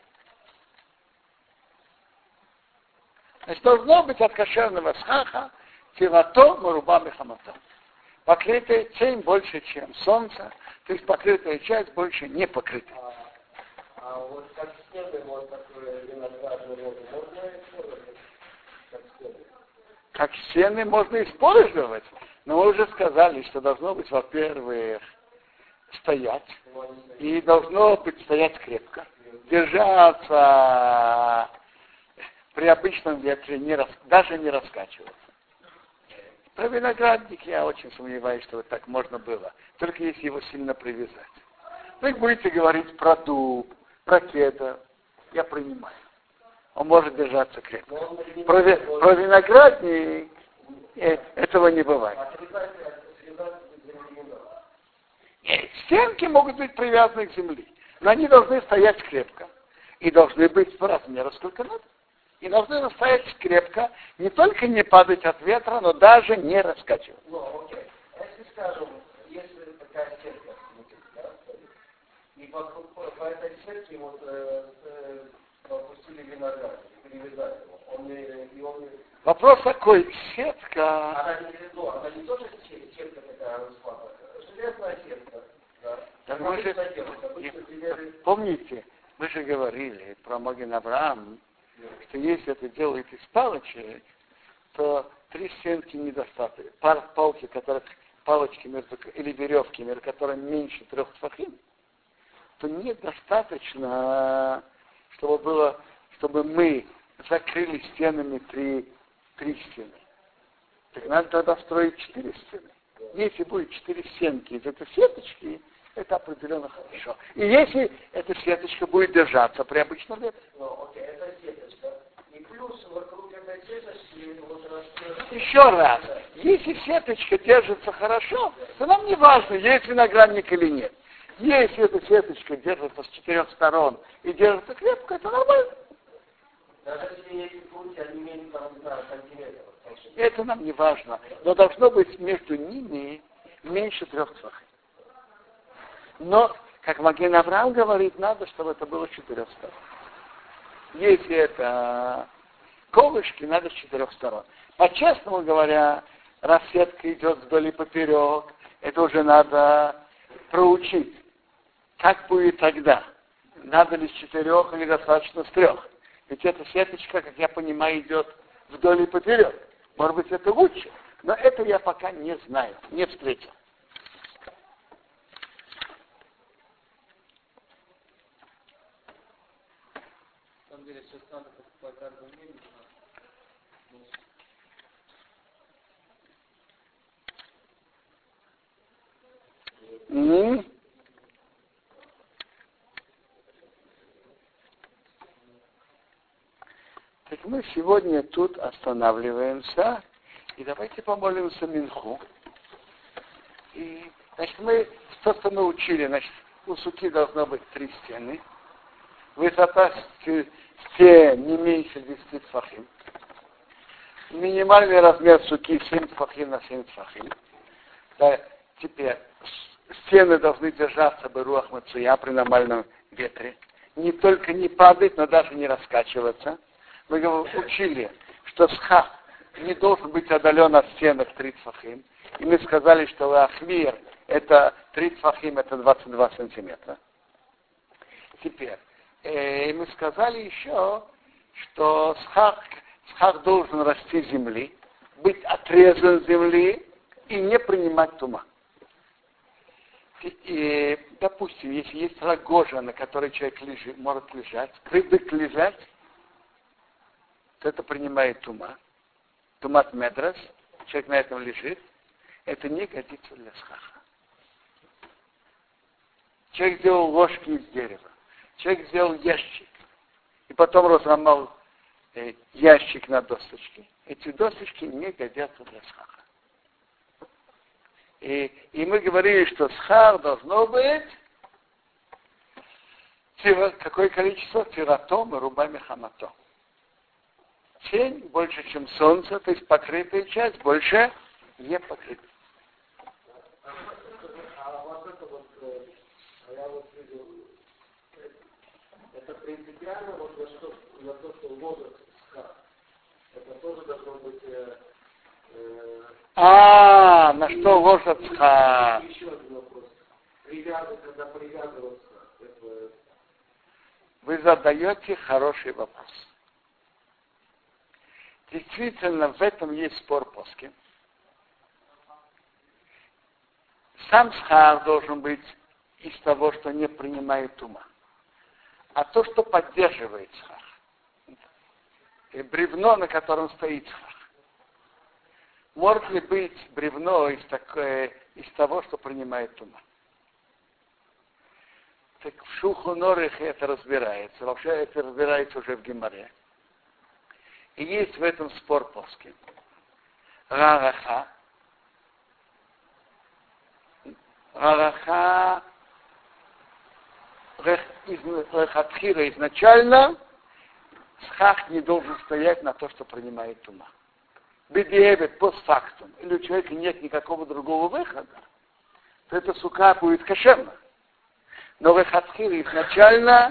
Значит, должно быть от кошерного схаха тилато мурубам и хамато. Покрытая тень больше, чем солнце, то есть покрытая часть больше не покрыта. А, а вот как стены, вот, которые виноградные роды, можно использовать? Как стены? Как стены можно использовать, но мы уже сказали, что должно быть, во-первых, стоять, и должно быть стоять крепко, держаться при обычном ветре, не рас, даже не раскачиваться. Про виноградник я очень сомневаюсь, что вот так можно было, только если его сильно привязать. Вы будете говорить про дуб, про кедр, я принимаю. Он может держаться крепко. Про, про виноградник э, этого не бывает. Нет, стенки могут быть привязаны к земле, но они должны стоять крепко и должны быть по размеру сколько надо. И должны стоять крепко, не только не падать от ветра, но даже не раскачиваться. Ну, окей. А если, скажем, если такая сетка, да, и вокруг, по этой сетке вот э, э, опустили виноград, перевязали его, он не, и он не... Вопрос такой, сетка... Она не, ну, она не тоже сетка такая расклада, железная сетка, да. Да мы же... Делали... Помните, мы же говорили про Маген Авраам, что если это делает из палочек, то три стенки недостаточно. Пар палки, которые, палочки между, или веревки, между которыми меньше трех тфахим, то недостаточно, чтобы было, чтобы мы закрыли стенами три, три стены. Так надо тогда строить четыре стены. Если будет четыре стенки из этой сеточки, это определенно хорошо. И если эта сеточка будет держаться при обычном ветре. Ну, окей, это сеточка. И плюс вокруг этой сеточки вот растет... Еще раз, если сеточка держится хорошо, то нам не важно, есть виноградник или нет. Если эта сеточка держится с четырех сторон и держится крепко, это нормально. Даже если эти прутья, они меньше, там, не знаю, сантиметров. Это нам не важно. Но должно быть между ними меньше трех тфахим. Но, как Маген Авраам говорит, надо, чтобы это было с четырех сторон. Если это колышки, надо с четырех сторон. По-честному говоря, раз сетка идет вдоль и поперек, это уже надо проучить. Как будет тогда? Надо ли с четырех или достаточно с трех? Ведь эта сеточка, как я понимаю, идет вдоль и поперек. Может быть, это лучше, но это я пока не знаю, не встретил. На самом деле, сейчас надо покупать каждую мебель. Mm-hmm. Так мы сегодня тут останавливаемся, и давайте помолимся Минху. И, значит, мы, то, что мы учили, значит, у суки должно быть три стены, высота стен не меньше десяти тфахим, минимальный размер суки семь тфахим на семь тфахим. Да, теперь стены должны держаться бы руах мацуя при нормальном ветре, не только не падать, но даже не раскачиваться. мы учили, что схах не должен быть отдален от стенок три тфахим. И мы сказали, что лахмир это три тфахим, это двадцать два сантиметра. Теперь, э, мы сказали еще, что схах, схах должен расти с земли, быть отрезан с земли и не принимать тума. И, допустим, если есть рогожа, на которой человек лежит, может лежать, привык лежать, то это принимает тума. Тумат медрас, человек на этом лежит, это не годится для схаха. Человек сделал ложки из дерева, человек сделал ящик, и потом разломал э, ящик на досточке. Эти досточки не годятся для схаха. И, и мы говорили, что схар должно быть тира, какое количество тиратом и рубами хаматом. Тень больше, чем солнце, то есть покрытая часть больше не покрытая. А вот это вот, я вот видел, это принципиально вот на что, на то, что возраст схар. Это тоже должно быть... А, на что ложат схар? Еще один вопрос. Привязывать, когда привязываться. Это... Вы задаете хороший вопрос. Действительно, в этом есть спор поским. Сам схар должен быть из того, что не принимает ума. А то, что поддерживает схар. И бревно, на котором стоит схар. Может ли быть бревно из, такое, из того, что принимает ума? Так в Шулхан-Орухе это разбирается. Вообще это разбирается уже в Гемаре. И есть в этом спор поским. Рараха. Рараха Рехатхира изначально схах не должен стоять на то, что принимает ума. Бедиевет постфактум, или у человека нет никакого другого выхода, то эта сука будет кошерна. Но рехатхира изначально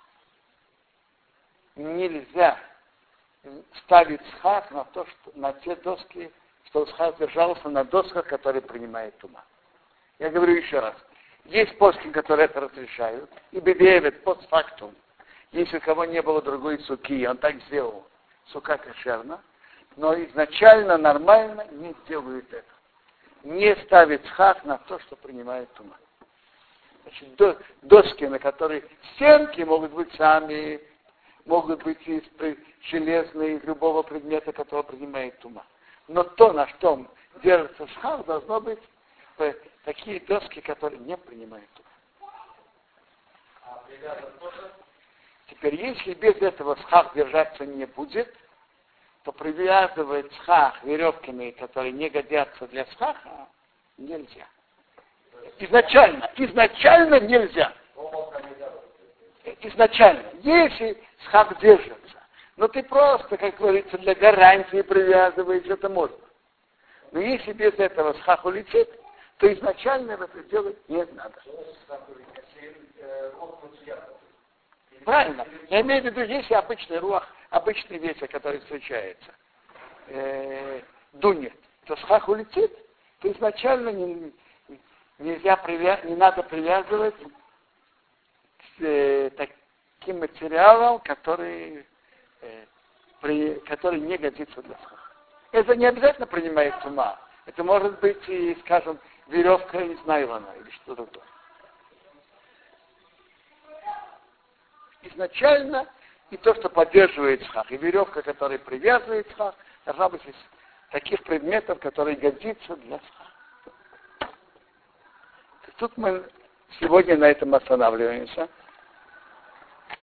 нельзя ставить схах на, то, что, на те доски, что схах держался на досках, которые принимает ума. Я говорю еще раз. Есть поски, которые это разрешают, и бедиевет постфактум. Если у кого не было другой суки, он так сделал, сука кошерна, но изначально нормально не делают это. Не ставит схах на то, что принимает ума. Значит, до, доски, на которые стенки могут быть сами, могут быть из железные, из любого предмета, который принимает ума. Но то, на что держится схах, должно быть э, такие доски, которые не принимают ума. А привязан тоже? Теперь, если без этого схах держаться не будет, то привязывать схах веревками, которые не годятся для схаха, нельзя. Изначально, изначально нельзя. Изначально, если схах держится, но ты просто, как говорится, для гарантии привязываешь, это можно. Но если без этого схах улетит, то изначально это делать не надо. Правильно. Я имею в виду, если обычный руах, обычный ветер, который встречается, э, дунет, то схах улетит, то изначально не, нельзя привяз, не надо привязывать к э, таким материалам, который, э, при, который не годится для схаха. Это не обязательно принимает ума. Это может быть и, скажем, веревка из найлона или что-то другое. Изначально и то, что поддерживает схах, и веревка, которая привязывает схах, должна быть из таких предметов, которые годятся для схаха. Тут мы сегодня на этом останавливаемся.